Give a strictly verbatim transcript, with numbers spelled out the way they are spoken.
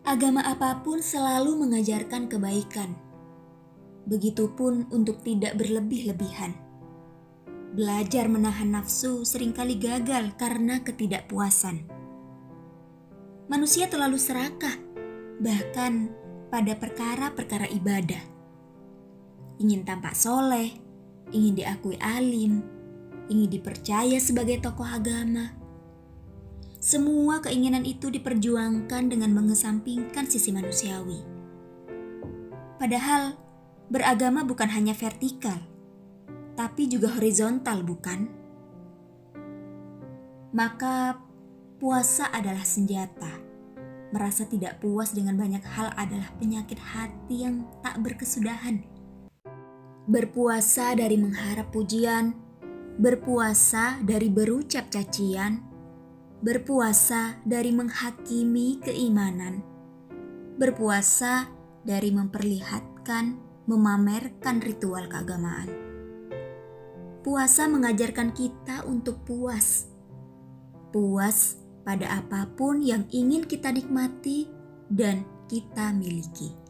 Agama apapun selalu mengajarkan kebaikan. Begitupun untuk tidak berlebih-lebihan. Belajar menahan nafsu seringkali gagal karena ketidakpuasan. Manusia terlalu serakah, bahkan pada perkara-perkara ibadah. Ingin tampak soleh, ingin diakui alim, ingin dipercaya sebagai tokoh agama. Semua keinginan itu diperjuangkan dengan mengesampingkan sisi manusiawi. Padahal beragama bukan hanya vertikal, tapi juga horizontal, bukan? Maka puasa adalah senjata. Merasa tidak puas dengan banyak hal adalah penyakit hati yang tak berkesudahan. Berpuasa dari mengharap pujian, berpuasa dari berucap cacian, berpuasa dari menghakimi keimanan, berpuasa dari memperlihatkan, memamerkan ritual keagamaan. Puasa mengajarkan kita untuk puas. Puas pada apapun yang ingin kita nikmati dan kita miliki.